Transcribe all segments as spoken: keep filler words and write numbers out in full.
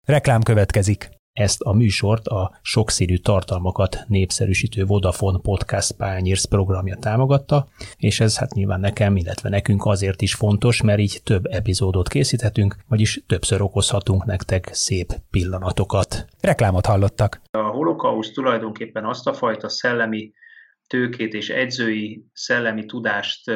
Reklám következik. Ezt a műsort a sokszínű tartalmakat népszerűsítő Vodafone Podcast Pioneers programja támogatta, és ez hát nyilván nekem, illetve nekünk azért is fontos, mert így több epizódot készíthetünk, vagyis többször okozhatunk nektek szép pillanatokat. Reklámot hallottak. A holokauszt tulajdonképpen azt a fajta szellemi tőkét és edzői szellemi tudást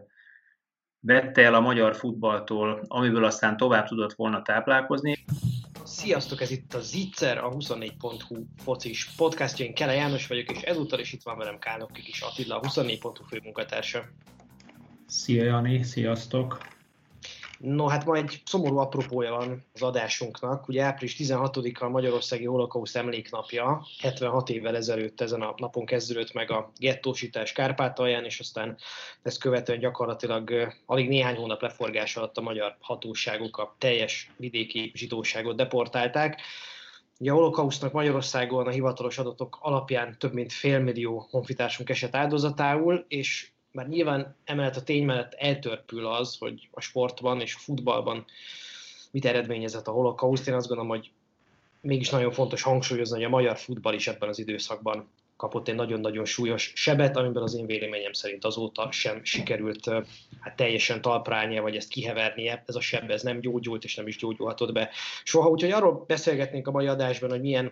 vette el a magyar futballtól, amiből aztán tovább tudott volna táplálkozni. Sziasztok, ez itt a Zicser, a huszonnégy pont hu focis podcastja. Én Kele János vagyok, és ezúttal is itt van velem Kálnok Kis Attila, a huszonnégy pont hu főmunkatársa. Szia Jani, sziasztok! No, hát ma egy szomorú apropója van az adásunknak. Ugye április tizenhatodika a Magyarországi Holokauszt Emléknapja. hetvenhat évvel ezelőtt ezen a napon kezdődött meg a gettósítás Kárpátalján, és aztán ezt követően gyakorlatilag alig néhány hónap leforgása alatt a magyar hatóságok a teljes vidéki zsidóságot deportálták. Ugye a holokausztnak Magyarországon a hivatalos adatok alapján több mint félmillió honfitársunk esett áldozatául, és már nyilván emellett a tény mellett eltörpül az, hogy a sportban és a futballban mit eredményezett a holokauszt. Én azt gondolom, hogy mégis nagyon fontos hangsúlyozni, hogy a magyar futball is ebben az időszakban kapott egy nagyon-nagyon súlyos sebet, amiben az én véleményem szerint azóta sem sikerült hát teljesen talpra állnia, vagy ezt kihevernie. Ez a seb ez nem gyógyult, és nem is gyógyulhatott be soha. Úgyhogy arról beszélgetnénk a mai adásban, hogy milyen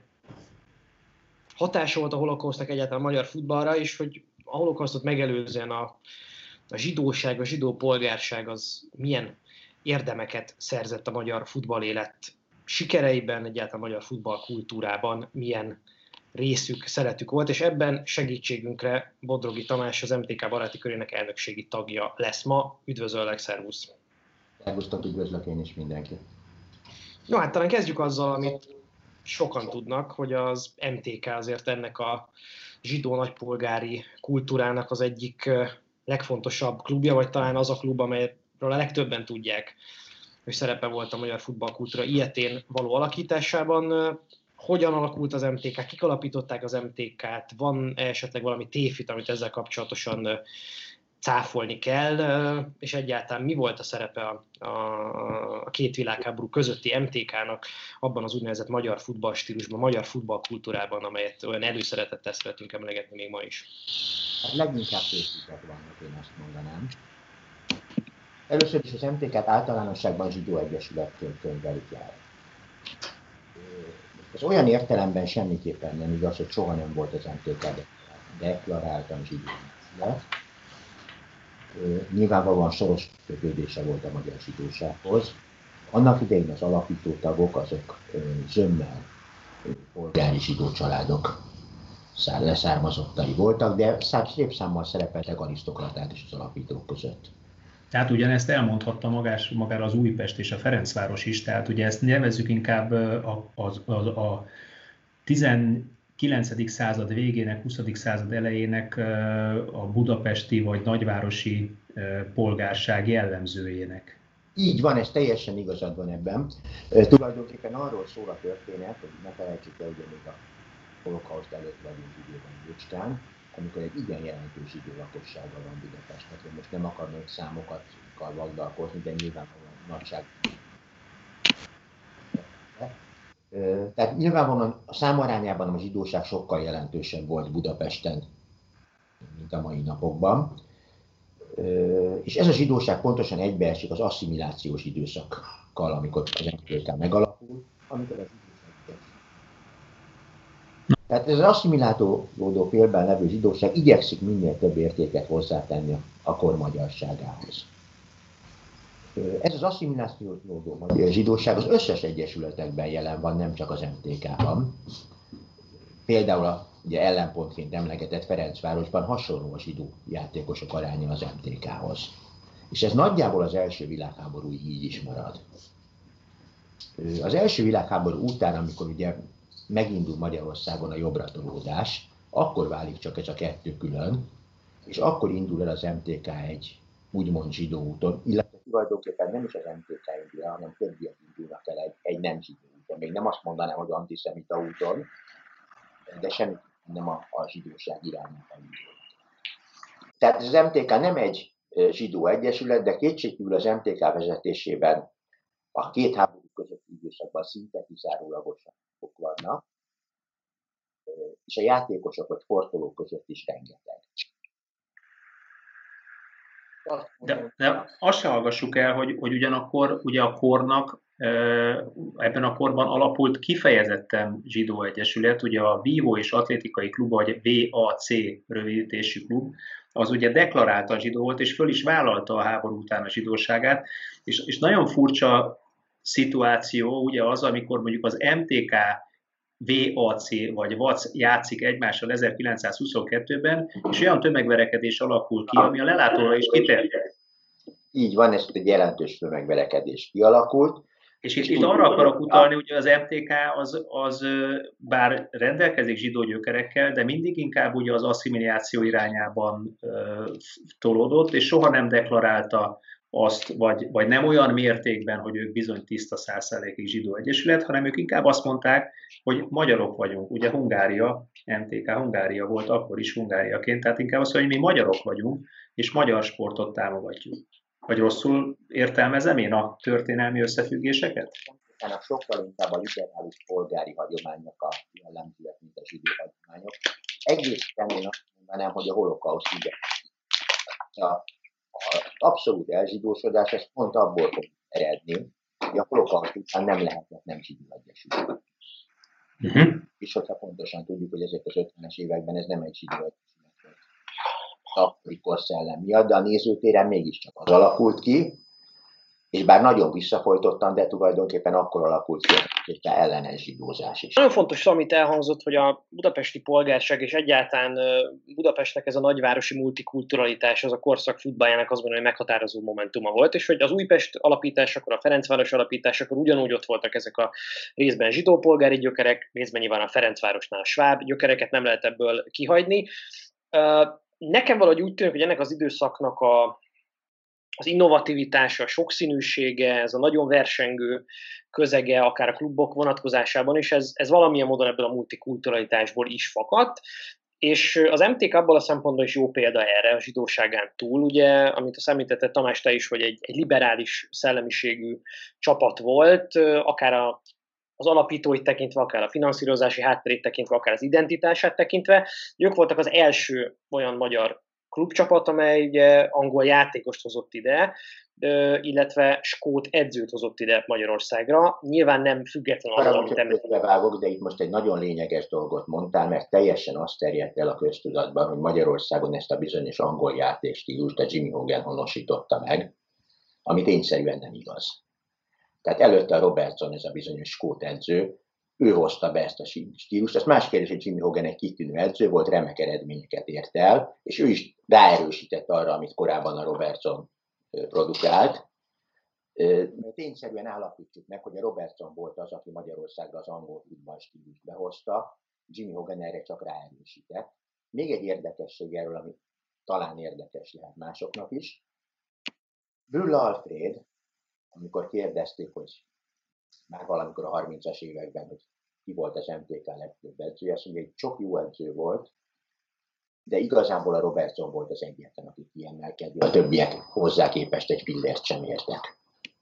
hatása volt a holokausztnak egyáltalán a magyar futballra, és hogy a holokausztot megelőzően a, a zsidóság, a zsidó polgárság az milyen érdemeket szerzett a magyar futballélet sikereiben, egyáltalán a magyar futballkultúrában, milyen részük, szeretük volt, és ebben segítségünkre Bodrogi Tamás, az em té ká baráti körének elnökségi tagja lesz ma. Üdvözöllek, szervusz! Szervusztok, üdvözlök én is mindenkit! No, hát talán kezdjük azzal, amit sokan tudnak, hogy az em té ká azért ennek a zsidó nagypolgári kultúrának az egyik legfontosabb klubja, vagy talán az a klub, amelyről a legtöbben tudják, hogy szerepe volt a magyar futballkultúra ilyetén való alakításában. Hogyan alakult az em té ká? Kik alapították az em té kát? Van esetleg valami tévhit, amit ezzel kapcsolatosan cáfolni kell, és egyáltalán mi volt a szerepe a, a, a két világháború közötti em té kának abban az úgynevezett magyar futballstílusban, magyar futballkultúrában, amelyet olyan előszeretettel szeretünk emlegetni még ma is? Hát leginkább tévhitek vannak, én azt mondanám. Először is az em té kát általánosságban zsidó egyesületként könyvelik el. Ez olyan értelemben semmiképpen nem igaz, hogy soha nem volt az em té ká deklaráltan zsidó egyesület. Nyilvánvalóan szoros kötődése volt a magyar zsidósághoz. Annak idején az alapító tagok azok zömmel polgári zsidó családok leszármazottai voltak, de szép számmal szerepeltek arisztokraták is az alapítók között. Tehát ugyanezt elmondhatta magás, magára az Újpest és a Ferencváros is, tehát ugye ezt nevezzük inkább a, a, a, a tizenkilencedik század végének, huszadik század elejének a budapesti vagy nagyvárosi polgárság jellemzőjének. Így van, ez teljesen igazad van ebben. E, tulajdonképpen arról szól a történet, hogy ne felejtsük el, hogy még a holokauszt előtt vagyunk időben Jócskán, amikor egy igen jelentős zsidó lakossága van Budapestnek. Én most nem akarnék számokat vagdalkozni, de nyilvánvalóan nagyság. Tehát nyilvánvalóan a számarányában a zsidóság sokkal jelentősebb volt Budapesten, mint a mai napokban. És ez a zsidóság pontosan egybeesik az asszimilációs időszakkal, amikor az em té ká megalapul, amikor az zsidóság. Tehát ez az asszimilálódó félben levő zsidóság igyekszik minél több értéket hozzátenni a kor magyarságához. Ez az asszimilációdó zsidóság az összes egyesületekben jelen van, nem csak az em té ká-ban. Például a ugye ellenpontként emlegetett Ferencvárosban hasonló a zsidó játékosok aránya az em té ká-hoz. És ez nagyjából az első világháborúig így is marad. Az első világháború után, amikor ugye megindul Magyarországon a jobbratolódás, akkor válik csak ez a kettő külön, és akkor indul el az em té ká egy úgymond zsidó úton, illetve tulajdonképpen nem is az em té ká indul el, hanem többiek indulnak el egy, egy nem zsidó úton. Még nem azt mondanám, hogy antiszemita úton, de semmi nem a, a zsidóság irányába indul. Tehát az em té ká nem egy zsidó egyesület, de kétségkívül az em té ká vezetésében a két háború közötti időszakban szinte kizárólagosak vannak, és a játékosok vagy sportolók között is rengeteg. De, de azt se hallgassuk el, hogy, hogy ugyanakkor ugye a kornak ebben a korban alapult kifejezetten zsidó egyesület, ugye a Vívó és Atlétikai Klub, vagy vé á cé rövidítésű klub, az ugye deklaráltan zsidó volt, és föl is vállalta a háború után a zsidóságát, és, és nagyon furcsa szituáció ugye az, amikor mondjuk az em té ká, vé á cé vagy vé á cé játszik egymással ezerkilencszázhuszonkettőben, és olyan tömegverekedés alakul ki, ami a lelátóra is kiterjed. Így van, ez egy jelentős tömegverekedés kialakult. És itt, itt arra akarok utalni, hogy az em té ká az, az bár rendelkezik zsidó gyökerekkel, de mindig inkább ugye az asszimiláció irányában uh, tolódott, és soha nem deklarálta azt, vagy, vagy nem olyan mértékben, hogy ők bizony tiszta száz százalékig zsidó egyesület, hanem ők inkább azt mondták, hogy magyarok vagyunk. Ugye Hungária, em té ká Hungária volt akkor is Hungáriaként, tehát inkább azt mondja, hogy mi magyarok vagyunk, és magyar sportot támogatjuk. Vagy rosszul értelmezem én a történelmi összefüggéseket? Ennek sokkal inkább a liberális polgári hagyományok a jellemzőek, mint a zsidó hagyományok. Egészen én azt mondanám, hogy a holokauszt ugye. Az abszolút elzsidósodás, ez pont abból fog eredni, hogy a holokauszt után nem lehetett nem zsidó egyesület. Uh-huh. És hogyha pontosan tudjuk, hogy ezek az ötvenes években ez nem egy zsidó egyesület volt. Akkori korszellem miatt, de a nézőtéren mégiscsak az alakult ki, és bár nagyon visszafolytottan, de tulajdonképpen akkor alakult ki egy ellenes zsidózás is. Nagyon fontos, amit elhangzott, hogy a budapesti polgárság és egyáltalán Budapestnek ez a nagyvárosi multikulturalitás, az a korszak futballjának azt gondolom, hogy meghatározó momentuma volt, és hogy az Újpest alapításakor, a Ferencváros alapításakor ugyanúgy ott voltak ezek a részben zsidó polgári gyökerek, részben nyilván a Ferencvárosnál a sváb gyökereket nem lehet ebből kihagyni. Nekem valahogy úgy tűnik, hogy ennek az időszaknak a az innovativitása, a sokszínűsége, ez a nagyon versengő közege, akár a klubok vonatkozásában is, ez, ez valamilyen módon ebből a multikulturalitásból is fakadt, és az em té ká abban a szempontból is jó példa erre, a zsidóságán túl, ugye, amit azt említette Tamás te is, hogy egy, egy liberális szellemiségű csapat volt, akár a az alapítóit tekintve, akár a finanszírozási hátterét tekintve, akár az identitását tekintve. Ők voltak az első olyan magyar klubcsapat, amely ugye angol játékost hozott ide, illetve skót edzőt hozott ide Magyarországra. Nyilván nem függetlenül arra, amit említve vágok, de itt most egy nagyon lényeges dolgot mondtál, mert teljesen azt terjedt el a köztudatban, hogy Magyarországon ezt a bizonyos angol játékstílust a Jimmy Hogan honosította meg, ami tényszerűen nem igaz. Tehát előtte a Robertson, ez a bizonyos skót edző, ő hozta be ezt a stílust. Ez más kérdés, hogy Jimmy Hogan egy kitűnő edző volt, remek eredményeket ért el, és ő is ráerősített arra, amit korábban a Robertson produkált. Tényszerűen állapítjuk meg, hogy a Robertson volt az, aki Magyarországra az angol futball stílust behozta, Jimmy Hogan erre csak ráerősített. Még egy érdekesség erről, ami talán érdekes lehet másoknak is. Brühl Alfred, amikor kérdezték, hogy már valamikor a harmincas években, hogy ki volt az em té ká legtöbb edzője, azt mondja, hogy sok jó edző volt, de igazából a Robertson volt az egyetlen, aki kiemelkedő. A többiek hozzá képest egy pillért sem értek.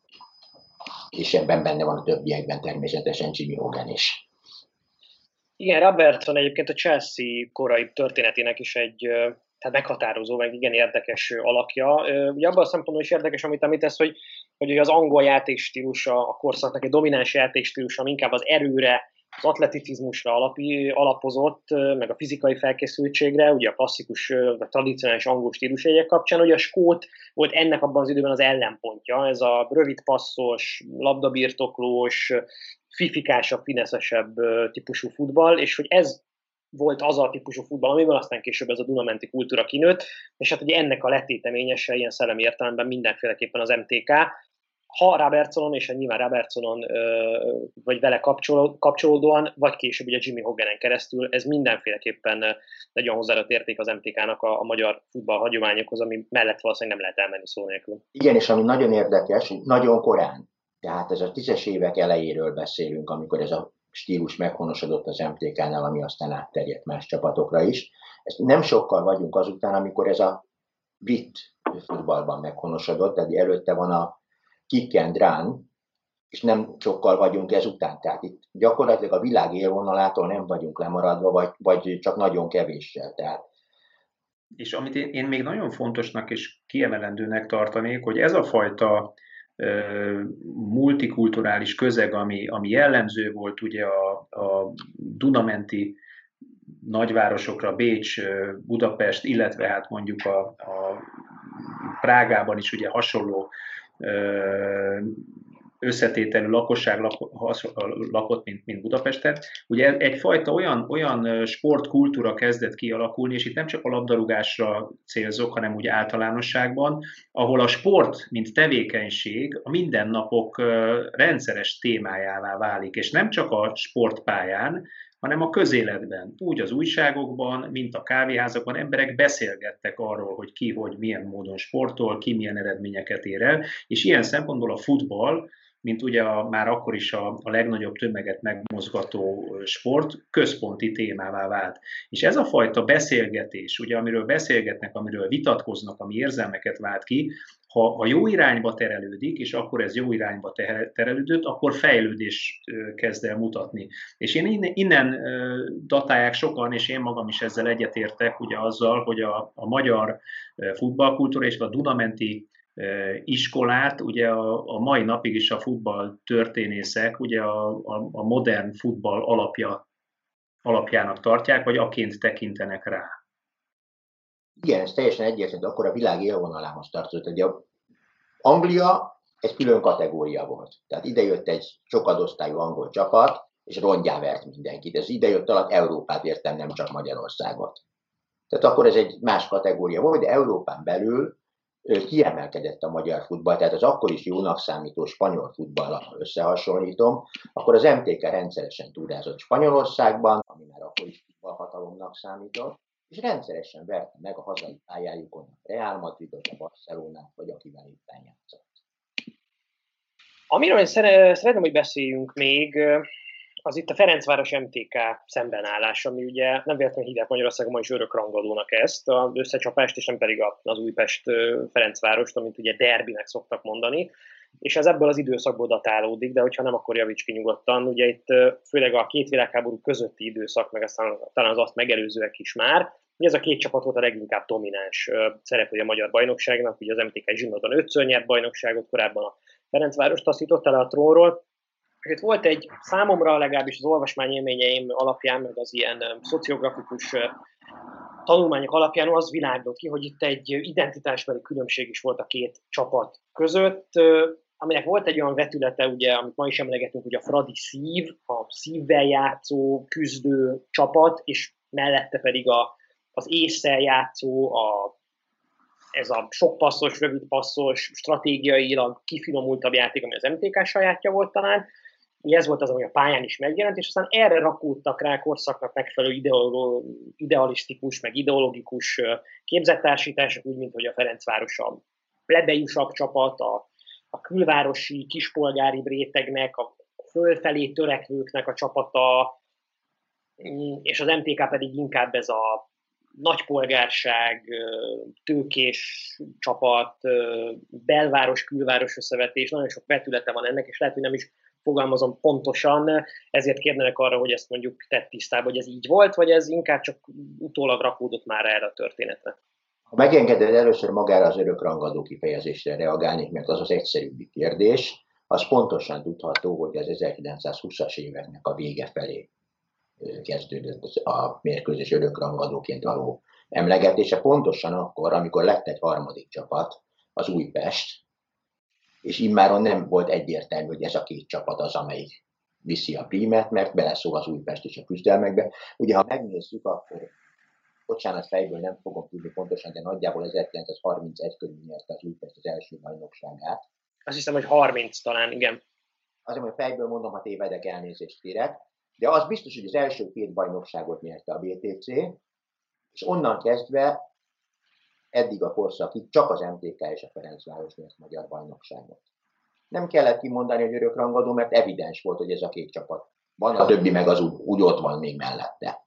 És ebben benne van a többiekben természetesen Jimmy Hogan is. Igen, Robertson egyébként a Chelsea korai történetének is egy tehát meghatározó, meg igen érdekes alakja. Ugye abban a szempontból is érdekes, amit említesz, hogy, hogy az angol játékstílusa, a korszaknak egy domináns játékstílusa, ami inkább az erőre, az atleticizmusra alapi, alapozott, meg a fizikai felkészültségre, ugye a klasszikus, vagy tradicionális angol stílusjegyek kapcsán, ugye a skót volt ennek abban az időben az ellenpontja, ez a rövid passzos, labdabirtoklós, fifikásabb, fineszesebb típusú futball, és hogy ez volt az a típusú futball, amiből aztán később ez a Dunamenti kultúra kinőtt, és hát ugye ennek a letéteményese ilyen szellemi értelemben mindenféleképpen az em té ká. Ha Robertsonon, és nyilván Robertsonon vagy vele kapcsolódóan, vagy később ugye Jimmy Hoganen keresztül, ez mindenféleképpen nagyon hozzáadott érték az em té kának a, a magyar futball hagyományokhoz, ami mellett valószínűleg nem lehet elmenni szó nélkül. Igen, és ami nagyon érdekes, nagyon korán, tehát ez a tízes évek elejéről beszélünk, amikor ez a stílus meghonosodott az em té kánál, ami aztán átterjedt más csapatokra is. Ezt nem sokkal vagyunk azután, amikor ez a brit futballban meghonosodott, tehát előtte van a kick and run, és nem sokkal vagyunk ezután. Tehát itt gyakorlatilag a világ élvonalától nem vagyunk lemaradva, vagy, vagy csak nagyon kevéssel. Tehát. És amit én, én még nagyon fontosnak és kiemelendőnek tartanék, hogy ez a fajta uh, multikulturális közeg, ami, ami jellemző volt ugye a, a Dunamenti nagyvárosokra, Bécs, Budapest, illetve hát mondjuk a, a Prágában is ugye hasonló összetételű lakosság lakott, mint, mint Budapesten. Ugye egyfajta olyan, olyan sportkultúra kezdett kialakulni, és itt nem csak a labdarúgásra célzok, hanem úgy általánosságban, ahol a sport, mint tevékenység a mindennapok rendszeres témájává válik, és nem csak a sportpályán, hanem a közéletben, úgy az újságokban, mint a kávéházakban emberek beszélgettek arról, hogy ki, hogy milyen módon sportol, ki milyen eredményeket ér el, és ilyen szempontból a futball, mint ugye a, már akkor is a, a legnagyobb tömeget megmozgató sport, központi témává vált. És ez a fajta beszélgetés, ugye amiről beszélgetnek, amiről vitatkoznak, ami érzelmeket vált ki, ha, ha jó irányba terelődik, és akkor ez jó irányba terelődött, akkor fejlődés kezd el mutatni. És én innen, innen datálják sokan, és én magam is ezzel egyetértek, ugye azzal, hogy a, a magyar futballkultúra és a Dunamenti iskolát, ugye a, a mai napig is a futball történészek, ugye a, a, a modern futball alapja, alapjának tartják, vagy aként tekintenek rá. Igen, ez teljesen egyértelmű, akkor a világ élvonalához tartozott. Ugye Anglia egy külön kategória volt. Tehát idejött egy sokadosztályú angol csapat, és rongyá vert mindenkit. Ez idejött alatt Európát értem, nem csak Magyarországot. Tehát akkor ez egy más kategória volt, de Európán belül kiemelkedett a magyar futball, tehát az akkor is jónak számító spanyol futballal összehasonlítom, akkor az em té ká rendszeresen túrázott Spanyolországban, ami már akkor is futballhatalomnak számított, és rendszeresen verte meg a hazai pályájukon a Real Madridot, a Barcelonát, vagy akivel éppen játszott. Amiről én szeretném, hogy beszéljünk még, az itt a Ferencváros em té ká szembenállás, ami ugye nem véletlenül hívják Magyarországon ma is örökrangadónak ezt, az összecsapást, és nem pedig az Újpest-Ferencvárost, amit ugye derbinek szoktak mondani, és ez ebből az időszakból datálódik, de hogyha nem, akkor javíts ki nyugodtan. Ugye itt főleg a két világháború közötti időszak, meg aztán talán az azt megelőzőek is már, ugye ez a két csapat volt a leginkább domináns szereplője a magyar bajnokságnak, ugye az em té ká zsinórban ötször nyert bajnokságot, korábban a Ferencváros taszította le a trónról. És itt volt egy számomra legalábbis az olvasmányélményeim alapján, meg az ilyen szociografikus tanulmányok alapján az világított ki, hogy itt egy identitásbeli különbség is volt a két csapat között, aminek volt egy olyan vetülete, ugye, amit ma is emlegetünk, ugye a Fradi szív, a szívvel játszó, küzdő csapat, és mellette pedig a, az ésszel játszó, a, ez a sok passzos, rövid passzos, stratégiailag kifinomultabb játék, ami az em té ká sajátja volt talán. Ez volt az, ami a pályán is megjelent, és aztán erre rakódtak rá korszaknak megfelelő idealisztikus, meg ideológikus képzettársítások, úgy, mint hogy a Ferencváros a plebejusabb csapat, a, a külvárosi, kispolgári rétegnek, a fölfelé törekvőknek a csapata, és az em té ká pedig inkább ez a nagypolgárság, tőkés csapat, belváros-külváros összevetés, nagyon sok vetülete van ennek, és lehet, hogy nem is fogalmazom pontosan, ezért kérnenek arra, hogy ezt mondjuk tett tisztába, hogy ez így volt, vagy ez inkább csak utólag rakódott már erre a történetre. Ha megengeded, először magára az örökrangadó kifejezésre reagálnék, mert az az egyszerűbbi kérdés. Az pontosan tudható, hogy az ezerkilencszázhúszas éveknek a vége felé kezdődött a mérkőzés örökrangadóként való emlegetése, pontosan akkor, amikor lett egy harmadik csapat, az Újpest, és immáron nem volt egyértelmű, hogy ez a két csapat az, amelyik viszi a prímet, mert beleszól az Újpest is a küzdelmekbe. Ugye, ha megnézzük, akkor, bocsánat, fejből nem fogom tudni pontosan, de nagyjából ezerkilencszázharmincegy körül nyerte az Újpest az első bajnokságát. Azt hiszem, hogy harminc talán, igen. Azért, hogy fejből mondom, ha tévedek, elnézést kérek. De az biztos, hogy az első két bajnokságot nyerte a bé té cé, és onnan kezdve eddig a korszakig csak az em té ká és a Ferencváros nyert magyar bajnokságot. Nem kellett kimondani, hogy örökrangadó, mert evidens volt, hogy ez a két csapat van, a többi meg az úgy, úgy ott van még mellette.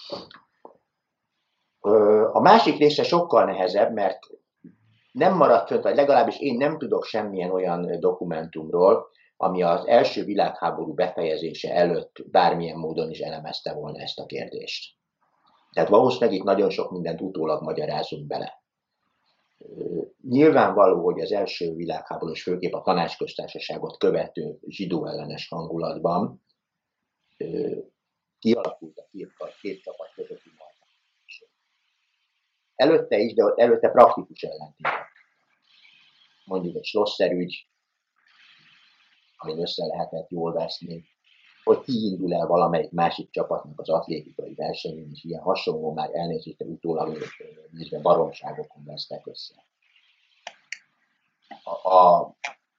A másik része sokkal nehezebb, mert nem maradt fönt, vagy legalábbis én nem tudok semmilyen olyan dokumentumról, ami az első világháború befejezése előtt bármilyen módon is elemezte volna ezt a kérdést. Tehát valószínűleg itt nagyon sok mindent utólag magyarázunk bele. Nyilvánvaló, hogy az első világháború, és főképp a tanácsköztársaságot követő zsidó ellenes hangulatban kialakult a két, két csapat közötti markálás. Előtte is, de előtte praktikus ellentétek. Mondjuk egy Schlosser ügy, amin össze lehetett jól veszni, hogy ki indul el valamelyik másik csapatnak az atlétikai versenyén, és ilyen hasonló már elnézést utólag nézve baromságokon vesztek össze. A, a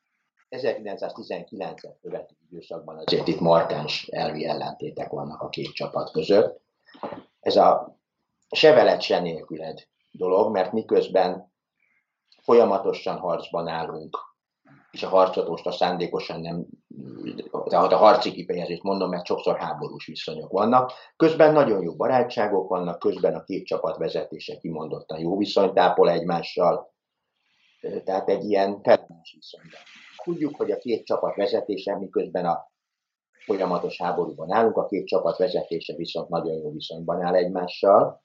ezerkilencszáztizenkilencet követő időszakban azért itt markáns elvi ellentétek vannak a két csapat között. Ez a se veled, se nélküled dolog, mert miközben folyamatosan harcban állunk, és a harcot most a szándékosan nem, tehát a harci kifejezést mondom, mert sokszor háborús viszonyok vannak. Közben nagyon jó barátságok vannak, közben a két csapat vezetése kimondottan jó viszonyt ápol egymással, tehát egy ilyen felmás viszonyban. Tudjuk, hogy a két csapat vezetése, miközben a folyamatos háborúban állunk, a két csapat vezetése viszont nagyon jó viszonyban áll egymással.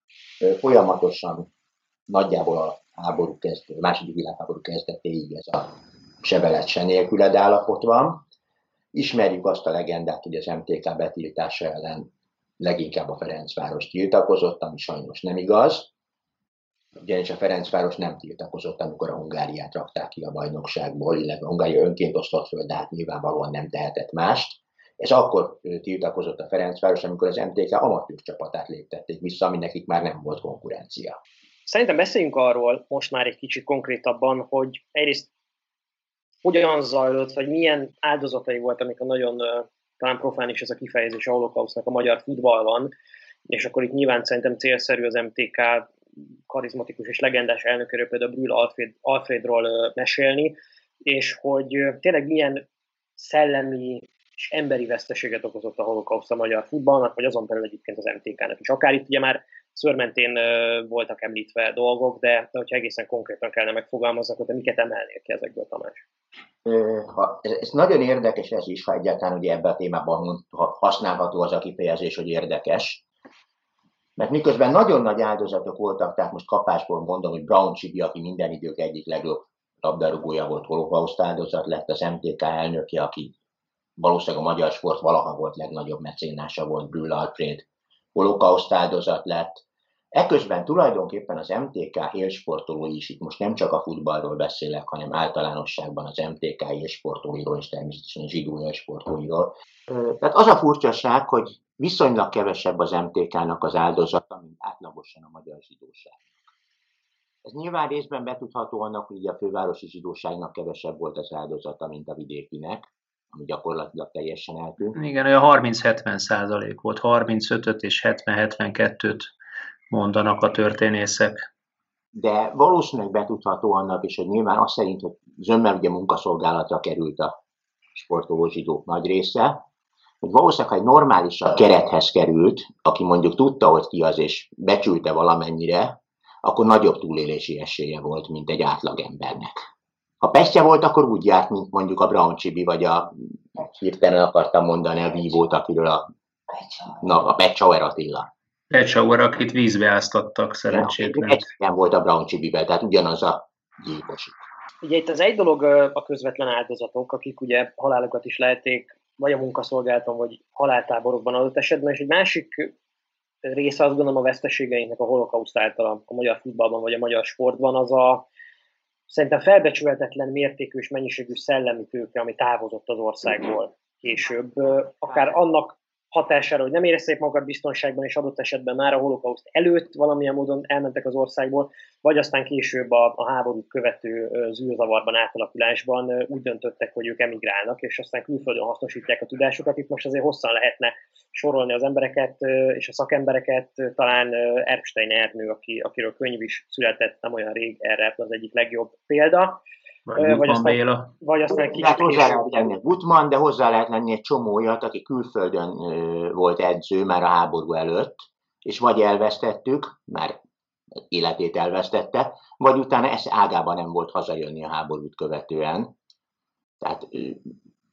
Folyamatosan nagyjából a háború kezdő, a második világháború kezdetéig ez a se veled, se nélküled állapot van. Ismerjük azt a legendát, hogy az em té ká betiltása ellen leginkább a Ferencváros tiltakozott, ami sajnos nem igaz. Ugyanis a Ferencváros nem tiltakozott, amikor a Hungáriát rakták ki a bajnokságból, illetve a Hungária önként osztott föl, de hát nyilvánvalóan nem tehetett mást. És akkor tiltakozott a Ferencváros, amikor az em té ká amatőr csapatát léptették vissza, ami nekik már nem volt konkurencia. Szerintem beszéljünk arról most már egy kicsit konkrétabban, hogy egyrészt hogyan zajlott, vagy milyen áldozatai voltak, amikor nagyon talán profán is ez a kifejezés a holokausztnak a magyar futballban, és akkor itt nyilván szerintem célszerű az em té ká karizmatikus és legendás elnökéről, például Brühl Alfred, Alfredról mesélni, és hogy tényleg milyen szellemi és emberi veszteséget okozott a holokauszt a magyar futballnak, vagy azon belül egyébként az em té ká-nak is. Akár itt ugye már szőrmentén voltak említve dolgok, de hogyha egészen konkrétan kellene megfogalmazni, akkor te miket emelnél ki ezekből, Tamás? Ha, ez, ez nagyon érdekes ez is, ha egyáltalán ugye ebben a témában használható az a kifejezés, hogy érdekes. Mert miközben nagyon nagy áldozatok voltak, tehát most kapásból mondom, hogy Braun Csibi, aki minden idők egyik legjobb labdarúgója volt, holokauszt áldozat lett, az em té ká elnöke, aki valószínűleg a magyar sport valaha volt legnagyobb mecénása volt, Brühl Alfred, holokauszt áldozat lett. Eközben tulajdonképpen az em té ká élsportolói is, itt most nem csak a futballról beszélek, hanem általánosságban az em té ká élsportolóiról és természetesen a zsidó élsportolóiról. Tehát az a furcsaság, hogy viszonylag kevesebb az em té ká-nak az áldozata, mint átlagosan a magyar zsidóság. Ez nyilván részben betudható annak, hogy a fővárosi zsidóságnak kevesebb volt az áldozata, mint a vidékinek, ami gyakorlatilag teljesen eltűnt. Igen, olyan harminc-hetven százalék volt, harmincötöt és hetven-hetvenkettőt mondanak a történészek. De valószínűleg betudható annak is, hogy nyilván azt szerint, hogy zömmel ugye munkaszolgálatra került a sportoló zsidók nagy része, hogy valószínűleg, ha egy normálisan kerethez került, aki mondjuk tudta, hogy ki az, és becsülte valamennyire, akkor nagyobb túlélési esélye volt, mint egy átlagembernek. Ha pestje volt, akkor úgy járt, mint mondjuk a Braun Csibi, vagy a, hirtelen akartam mondani a vívót, akiről a, na, a Pecsauer Attila. Pecsauer, akit vízbe áztattak szerencsétlen. Egyszerűen volt a Braun Csibivel, tehát ugyanaz a gyilkosik. Ugye itt az egy dolog a közvetlen áldozatok, akik ugye halálokat is lehették, vagy a munkaszolgálaton, vagy haláltáborokban adott esetben, és egy másik része azt gondolom a veszteségeinknek a holokauszt által a magyar futballban, vagy a magyar sportban, az a szerintem felbecsülhetetlen mértékű és mennyiségű szellemi tőke, ami távozott az országból később. Akár annak hatására, hogy nem érezték magukat biztonságban, és adott esetben már a holokauszt előtt valamilyen módon elmentek az országból, vagy aztán később a, a háborút követő zűrzavarban, átalakulásban úgy döntöttek, hogy ők emigrálnak, és aztán külföldön hasznosítják a tudásukat. Itt most azért hosszan lehetne sorolni az embereket és a szakembereket, talán Erbstein Ernő, aki, akiről könyv is született nem olyan rég, erre az egyik legjobb példa. Vagy, vagy aztán, Béla. Vagy aztán kicsit hozzá lehet lenni Gutmann, de hozzá lehet lenni egy csomó olyat, aki külföldön volt edző már a háború előtt, és vagy elvesztettük, már életét elvesztette, vagy utána ez ágában nem volt hazajönni a háborút követően. Tehát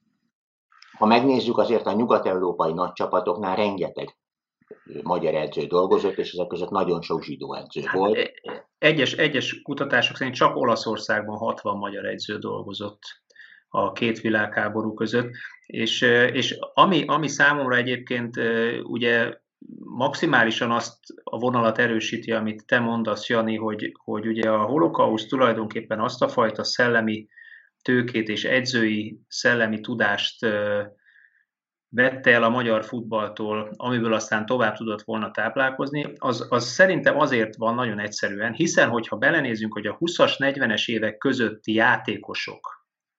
Ha megnézzük, azért a nyugat-európai nagy csapatoknál rengeteg magyar edző dolgozott, és ezek között nagyon sok zsidó edző hát volt. Egyes, egyes kutatások szerint csak Olaszországban hatvan magyar edző dolgozott a két világháború között, és, és ami, ami számomra egyébként ugye maximálisan azt a vonalat erősíti, amit te mondasz, Jani, hogy, hogy ugye a holokauszt tulajdonképpen azt a fajta szellemi tőkét és edzői szellemi tudást vette el a magyar futballtól, amiből aztán tovább tudott volna táplálkozni, az, az szerintem azért van nagyon egyszerűen, hiszen hogyha belenézünk, hogy a huszas, negyvenes évek közötti játékosok,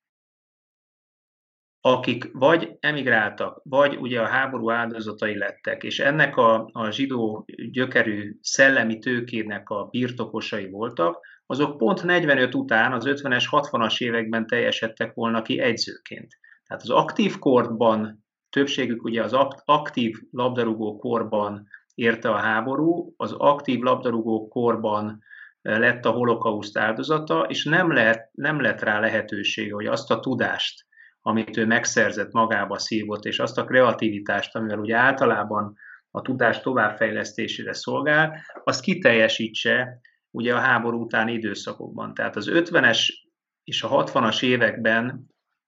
akik vagy emigráltak, vagy ugye a háború áldozatai lettek, és ennek a, a zsidó gyökerű szellemi tőkének a birtokosai voltak, azok pont negyvenöt után, az ötvenes, hatvanas években teljesedtek volna ki edzőként. Tehát az aktív korban, többségük ugye az aktív labdarúgó korban érte a háború, az aktív labdarúgó korban lett a holokauszt áldozata, és nem, lehet, nem lett rá lehetősége, hogy azt a tudást, amit ő megszerzett, magába szívott, és azt a kreativitást, amivel ugye általában a tudás továbbfejlesztésére szolgál, azt kiteljesítse ugye a háború utáni időszakokban. Tehát az ötvenes és a hatvanas években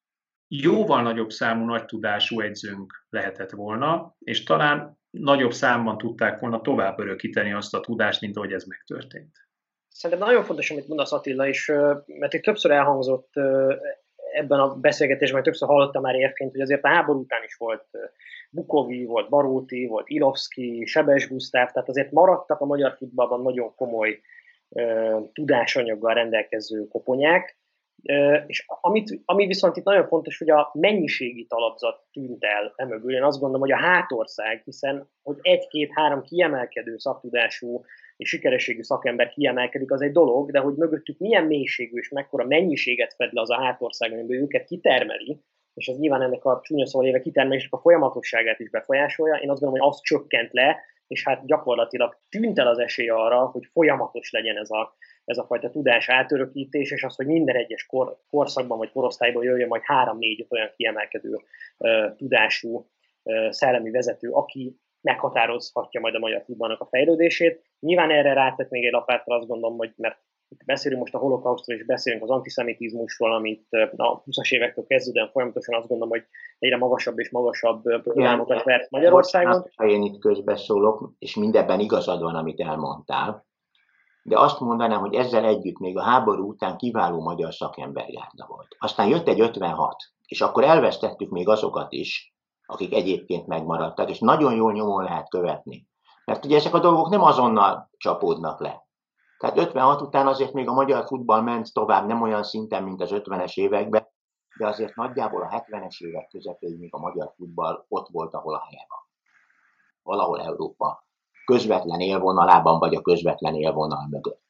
jóval nagyobb számú nagy tudású edzőnk lehetett volna, és talán nagyobb számban tudták volna tovább örökíteni azt a tudást, mint ahogy ez megtörtént. Szerintem nagyon fontos, amit mondasz, Attila, és mert itt többször elhangzott ebben a beszélgetésben, vagy többször hallottam már érként, hogy azért a háború után is volt Bukovi, volt Baróti, volt Ilovszki, Sebes Gusztáv, tehát azért maradtak a magyar futballban nagyon komoly uh, tudásanyaggal rendelkező koponyák, uh, és amit, ami viszont itt nagyon fontos, hogy a mennyiségi talapzat tűnt el emögül. Én azt gondolom, hogy a hátország, hiszen hogy egy-két-három kiemelkedő szaktudású és sikerességű szakember kiemelkedik, az egy dolog, de hogy mögöttük milyen mélységű és mekkora mennyiséget fed le az a hátország, amiből őket kitermeli, és ez nyilván ennek a csúnya szóval éve kitermelésnek a folyamatosságát is befolyásolja. Én azt gondolom, hogy az csökkent le, és hát gyakorlatilag tűnt el az esély arra, hogy folyamatos legyen ez a, ez a fajta tudás átörökítés, és az, hogy minden egyes kor, korszakban vagy korosztályban jöjjön majd három-négy olyan kiemelkedő uh, tudású uh, szellemi vezető, aki meghatározhatja majd a magyar futballnak a fejlődését. Nyilván erre rátett még egy lapáttal, azt gondolom, hogy mert beszélünk most a holokausztról, és beszélünk az antiszemitizmusról, amit a huszas évektől kezdődően folyamatosan azt gondolom, hogy egyre magasabb és magasabb programokat vert Magyarországon. Én itt közbeszólok, és mindebben igazad van, amit elmondtál, de azt mondanám, hogy ezzel együtt még a háború után kiváló magyar szakembergárda volt. Aztán jött egy ötvenhat, és akkor elvesztettük még azokat is, akik egyébként megmaradtak, és nagyon jól nyomon lehet követni. Mert ugye ezek a dolgok nem azonnal csapódnak le. Tehát ötvenhat után azért még a magyar futball ment tovább, nem olyan szinten, mint az ötvenes években, de azért nagyjából a hetvenes évek közepéig még a magyar futball ott volt, ahol a helye van. Valahol Európa közvetlen élvonalában, vagy a közvetlen élvonal mögött.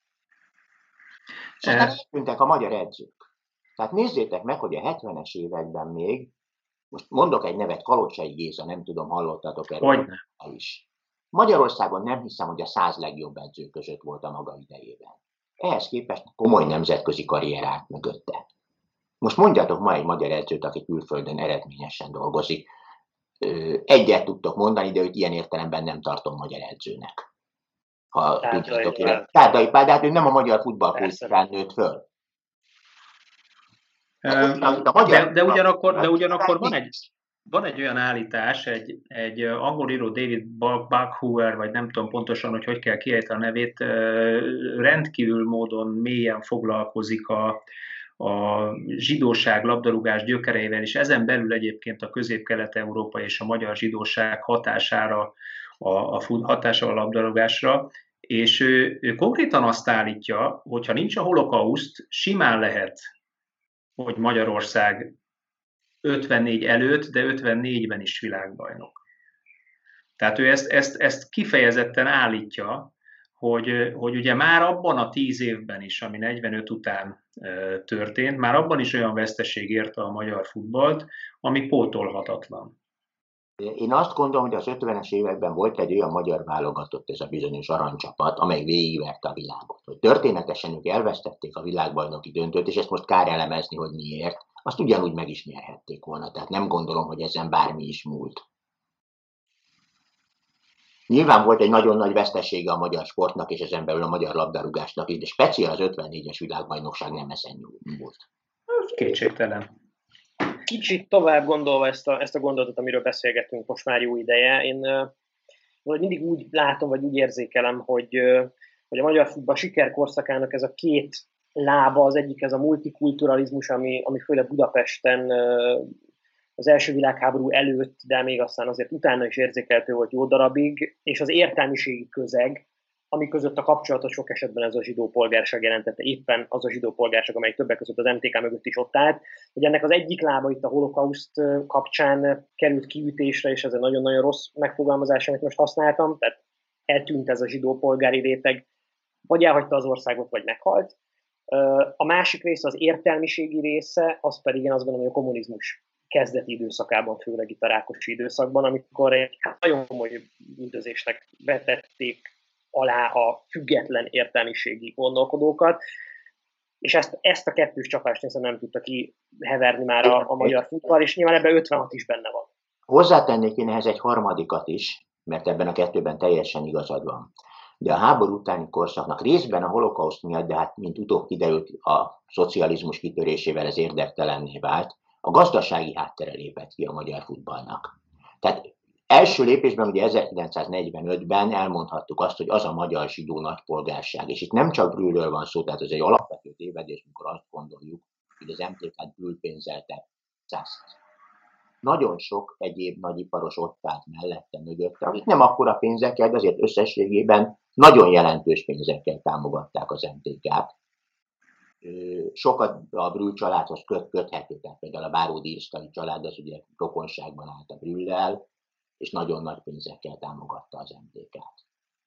És aztán eltűntek a magyar edzők. Tehát nézzétek meg, hogy a hetvenes években még, most mondok egy nevet, Kalocsai Géza, nem tudom, hallottatok erről is. Magyarországon nem hiszem, hogy a száz legjobb edző között volt a maga idejében. Ehhez képest komoly nemzetközi karrier állt mögötte. Most mondjatok ma egy magyar edzőt, aki külföldön eredményesen dolgozik. Egyet tudtok mondani, de őt ilyen értelemben nem tartom magyar edzőnek. Ha tudjátok, Tárdai Pál, de hát ő nem a magyar futballkultúrán nőtt föl. De, de ugyanakkor, de ugyanakkor van egy... Van egy olyan állítás, egy, egy angol író, David Buckhoover, vagy nem tudom pontosan, hogy hogy kell kiejteni a nevét, rendkívül módon mélyen foglalkozik a, a zsidóság, labdarúgás gyökereivel, és ezen belül egyébként a közép-kelet-európai és a magyar zsidóság hatására, a, a hatása a labdarúgásra, és ő, ő konkrétan azt állítja, hogyha nincs a holokauszt, simán lehet, hogy Magyarország ötvennégy előtt, de ötvennégyben is világbajnok. Tehát ő ezt, ezt, ezt kifejezetten állítja, hogy, hogy ugye már abban a tíz évben is, ami negyvenöt után e, történt, már abban is olyan veszteség érte a magyar futballt, ami pótolhatatlan. Én azt gondolom, hogy az ötvenes években volt egy olyan magyar válogatott, ez a bizonyos aranycsapat, amely végigverte a világot. Hogy történetesen ők elvesztették a világbajnoki döntőt, és ezt most kár elemezni, hogy miért. azt ugyanúgy meg is nyerhették volna. Tehát nem gondolom, hogy ezen bármi is múlt. Nyilván volt egy nagyon nagy vesztesége a magyar sportnak, és ezen belül a magyar labdarúgásnak is, de speciál az ötvennégyes világbajnokság nem ezen múlt. Kétségtelen. Kicsit tovább gondolva ezt a, ezt a gondolatot, amiről beszélgetünk most már jó ideje, én uh, mindig úgy látom, vagy úgy érzékelem, hogy, uh, hogy a magyar futball sikerkorszakának ez a két lába, az egyik ez a multikulturalizmus, ami, ami főleg Budapesten uh, az első világháború előtt, de még aztán azért utána is érzékelhető volt jó darabig, és az értelmiségi közeg, ami között a kapcsolatot sok esetben ez a zsidó polgárság jelentette, éppen az a zsidó polgárság, amely többek között az em té ká mögött is ott állt. Ugye ennek az egyik lába itt a holokauszt kapcsán került kiütésre, és ez egy nagyon-nagyon rossz megfogalmazás, amit most használtam, tehát eltűnt ez a zsidó polgári réteg, vagy elhagyta az országot, vagy meghalt. A másik része, az értelmiségi része, az pedig én azt gondolom, hogy a kommunizmus kezdeti időszakában, főleg itt a Rákosi időszakban, amikor egy nagyon komoly üldözésnek vetették alá a független értelmiségi gondolkodókat, és ezt, ezt a kettős csapást hiszem nem tudta kiheverni már a, a magyar futball, és nyilván ebben ötvenhat is benne van. Hozzátennék én ehhez egy harmadikat is, mert ebben a kettőben teljesen igazad van. De a háború utáni korszaknak részben a holokauszt miatt, de hát mint utóbb kiderült, a szocializmus kitörésével ez érdektelenné vált, a gazdasági háttere lépett ki a magyar futballnak. Tehát első lépésben ugye ezerkilencszáznegyvenötben elmondhattuk azt, hogy az a magyar zsidó nagypolgárság. És itt nem csak Brühlről van szó, tehát ez egy alapvető tévedés, amikor azt gondoljuk, hogy az em té ká-t Brühl pénzelte száz. Nagyon sok egyéb nagyiparos ott állt mellette, mögötte, akik nem akkora pénzekkel, de azért összességében nagyon jelentős pénzekkel támogatták az em té ká-t. Sokat a Brühl családhoz köt, köthető, tehát például a Báródi Irsztay család az ugye rokonságban állt a Brühllel, és nagyon nagy pénzekkel támogatta az em té ká-t.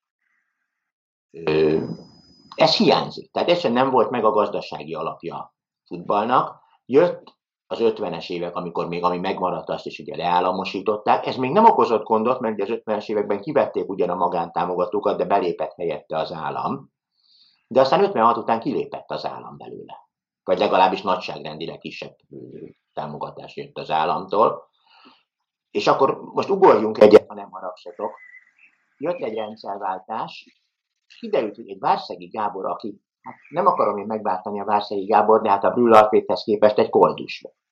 Ez hiányzik, tehát ez nem volt meg a gazdasági alapja a futballnak. Jött az ötvenes évek, amikor még ami megmaradt, azt is ugye leállamosították. Ez még nem okozott gondot, mert az ötvenes években kivették ugyan a magántámogatókat, de belépett helyette az állam. De aztán ötvenhat után kilépett az állam belőle. Vagy legalábbis nagyságrendileg kisebb támogatás jött az államtól. És akkor most ugorjunk egyet, ha nem haragszatok. Jött egy rendszerváltás, és kiderült, hogy egy Várszegi Gábor, aki, hát nem akarom én megváltani a Várszegi Gábor, de hát a Brühl Alfrédhez képest egy koldus volt.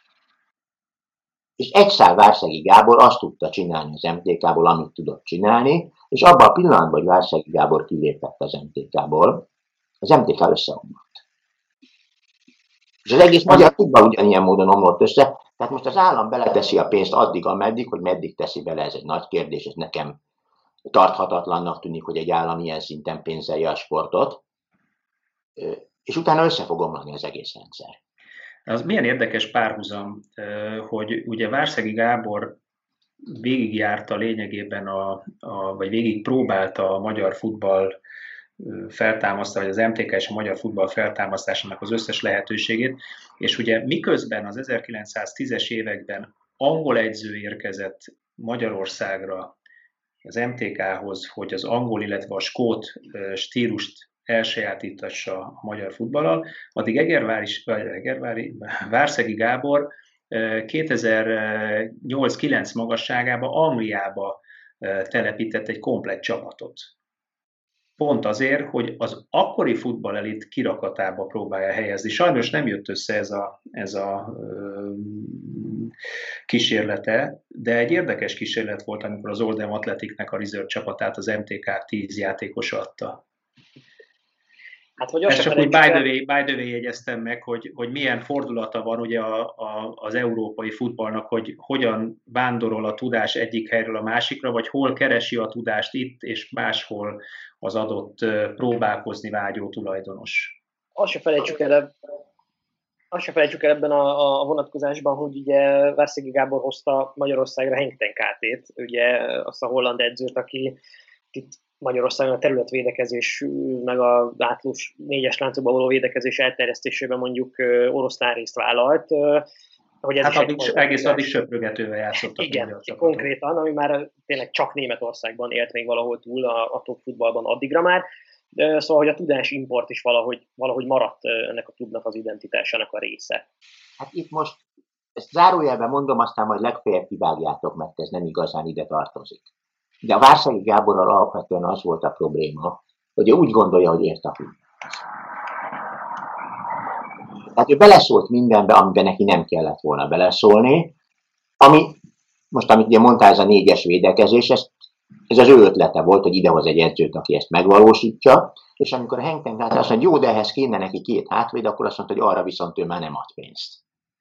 És egy szál Várszegi Gábor azt tudta csinálni az em té ká-ból, amit tudott csinálni, és abban a pillanatban, hogy Várszegi Gábor kilépett az em té ká-ból, az em té ká összeomlott. És az egész magyar futball ugyanilyen módon omlott össze, tehát most az állam beleteszi a pénzt addig, ameddig, hogy meddig teszi bele, ez egy nagy kérdés, ez nekem tarthatatlannak tűnik, hogy egy állam ilyen szinten pénzelje a sportot, és utána össze fog omlani az egész rendszer. Az milyen érdekes párhuzam, hogy ugye Várszegi Gábor végigjárta lényegében, a, a, vagy végig próbálta a magyar futball feltámasztani, vagy az em té ká és a magyar futball feltámasztásának az összes lehetőségét, és ugye miközben az ezerkilencszáztízes években angol edző érkezett Magyarországra az em té ká-hoz, hogy az angol, illetve a skót stílust elsajátítassa a magyar futballal, addig Egervári, vagy Egervári, Várszegi Gábor kétezer-nyolc kilenc magasságában Angliába telepített egy komplett csapatot. Pont azért, hogy az akkori futballelit kirakatába próbálja helyezni. Sajnos nem jött össze ez a, ez a ö, kísérlete, de egy érdekes kísérlet volt, amikor az Oldham Athleticnek a reserve csapatát az em té ká tíz játékos adta. Hát, hogy ezt csak úgy by the way, by the way jegyeztem meg, hogy, hogy milyen fordulata van ugye a, a, az európai futballnak, hogy hogyan vándorol a tudás egyik helyről a másikra, vagy hol keresi a tudást itt, és máshol az adott próbálkozni vágyó tulajdonos. Azt se felejtsük el, azt se felejtsük el ebben a, a vonatkozásban, hogy ugye Várszegi Gábor hozta Magyarországra Henk ten Kátét, ugye azt a holland edzőt, aki itt Magyarországon a területvédekezés, meg a átlós négyes láncokban való védekezés elterjesztésében mondjuk oroszlán részt vállalt. Hogy ez hát addig, egész addig söprögetővel játszottak. Igen, konkrétan, ami már tényleg csak Németországban élt még valahol túl a, a top futballban addigra már. De szóval, hogy a tudásimport is valahogy, valahogy maradt ennek a klubnak az identitásának a része. Hát itt most ezt zárójelben mondom, aztán majd legfeljebb kivágjátok, mert ez nem igazán ide tartozik. De a Várszegi Gáborral alapvetően az volt a probléma, hogy ő úgy gondolja, hogy ért a klub. Tehát ő beleszólt mindenbe, amiben neki nem kellett volna beleszólni, ami, most amit ugye mondtál, ez a négyes védekezés, ez, ez az ő ötlete volt, hogy idehoz egy edzőt, aki ezt megvalósítja, és amikor a Henk Ten Cate azt mondja, hogy jó, de ehhez kéne neki két hátvéd, akkor azt mondta, hogy arra viszont ő már nem ad pénzt.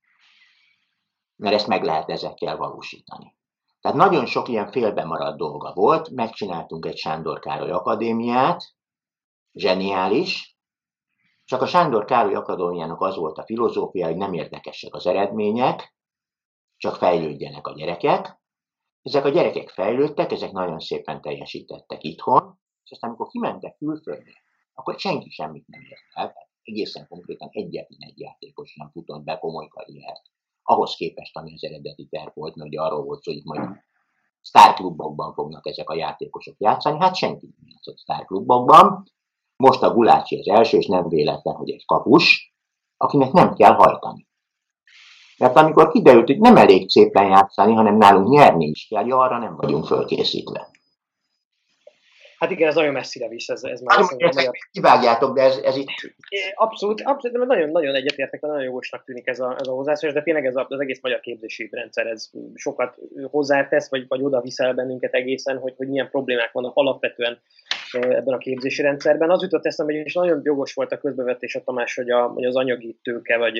Mert ezt meg lehet ezekkel valósítani. Tehát nagyon sok ilyen félbemaradt dolga volt, megcsináltunk egy Sándor Károly Akadémiát, zseniális, csak a Sándor Károly Akadémiának az volt a filozófia, hogy nem érdekesek az eredmények, csak fejlődjenek a gyerekek. Ezek a gyerekek fejlődtek, ezek nagyon szépen teljesítettek itthon, és aztán amikor kimentek külföldre, akkor senki semmit nem ért el, egészen konkrétan egyetlen egy játékos nem futott be komoly karriert. Ahhoz képest, ami az eredeti terv volt, mert ugye arról volt szó, hogy majd sztárklubokban fognak ezek a játékosok játszani, hát senki nem játszott sztárklubokban. Most a Gulácsi az első, és nem véletlen, hogy egy kapus, akinek nem kell hajtani. Mert amikor kiderült, hogy nem elég szépen játszani, hanem nálunk nyerni is kell, arra nem vagyunk fölkészítve. Hát igen, ez nagyon messzire visz, ez, ez már... Hát, ezt magyar... kivágjátok, de ez, ez itt... Abszolút, abszolút, nagyon, nagyon egyetértek, nagyon jogosnak tűnik ez a, ez a hozzászólás, de tényleg ez a, az egész magyar képzési rendszer, ez sokat hozzátesz, vagy, vagy oda viszel bennünket egészen, hogy, hogy milyen problémák vannak alapvetően ebben a képzési rendszerben. Az jutott eszembe, hogy is nagyon jogos volt a közbevetés a Tamás, hogy, a, hogy az anyagi tőke, vagy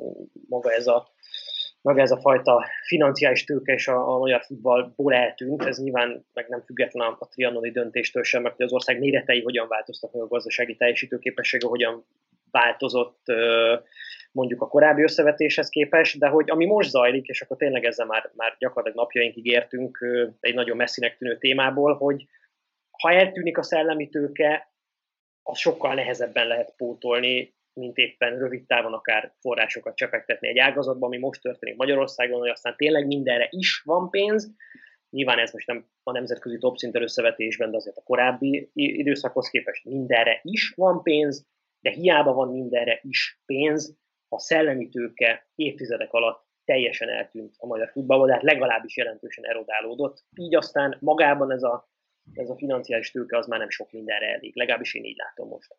maga ez a maga ez a fajta financiális tőke és a, a magyar futballból eltűnt, ez nyilván meg nem független a, a trianoni döntéstől sem, mert az ország méretei hogyan változtak, meg a gazdasági teljesítőképessége hogyan változott mondjuk a korábbi összevetéshez képest, de hogy ami most zajlik, és akkor tényleg ezzel már, már gyakorlatilag napjainkig értünk egy nagyon messzinek tűnő témából, hogy ha eltűnik a szellemi tőke, az sokkal nehezebben lehet pótolni, mint éppen rövid távon akár forrásokat csepegtetni egy ágazatban, ami most történik Magyarországon, hogy aztán tényleg mindenre is van pénz. Nyilván ez most nem a nemzetközi top szinten összevetésben, de azért a korábbi időszakhoz képest mindenre is van pénz, de hiába van mindenre is pénz, a szellemi tőke évtizedek alatt teljesen eltűnt a magyar futballból, de hát legalábbis jelentősen erodálódott. Így aztán magában ez a, ez a financiális tőke az már nem sok mindenre elég, legalábbis én így látom most.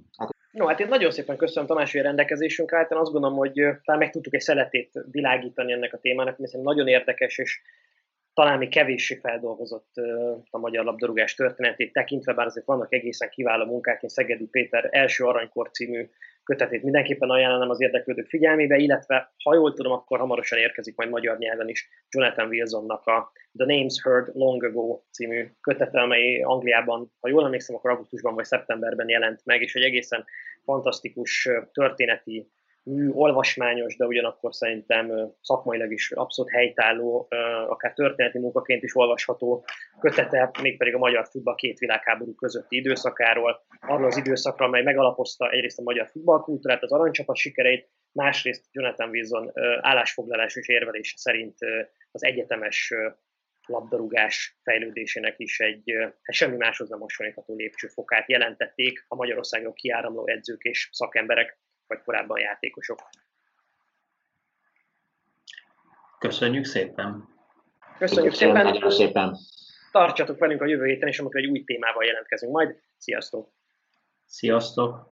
No, hát én nagyon szépen köszönöm, Tamás, hogy a rendelkezésünkre állt. Én azt gondolom, hogy talán meg tudtuk egy szeletét világítani ennek a témának, hiszen nagyon érdekes, és talán még kevéssé feldolgozott a magyar labdarúgás történetét tekintve, bár azért vannak egészen kiváló munkák. Én Szegedi Péter első Aranykor című kötetét mindenképpen ajánlanám az érdeklődők figyelmébe, illetve, ha jól tudom, akkor hamarosan érkezik majd magyar nyelven is Jonathan Wilsonnak a The Names Heard Long Ago című kötete, amely Angliában, ha jól emlékszem, akkor augusztusban vagy szeptemberben jelent meg, és egy egészen fantasztikus történeti mű, olvasmányos, de ugyanakkor szerintem szakmailag is abszolút helytálló, akár történeti munkaként is olvasható kötete, mégpedig a magyar futball két világháború közötti időszakáról, arról az időszakra, amely megalapozta egyrészt a magyar futballkultúrát, az aranycsapat sikereit, másrészt Jonathan Wilson állásfoglalás és érvelése szerint az egyetemes labdarúgás fejlődésének is egy hát semmi máshoz nem hasonlítható lépcsőfokát jelentették a Magyarországról kiáramló edzők és szakemberek, vagy korábban játékosok. Köszönjük szépen! Köszönjük szépen! Nagyon szépen! Tartsatok velünk a jövő héten, és amikor egy új témával jelentkezünk majd. Sziasztok! Sziasztok!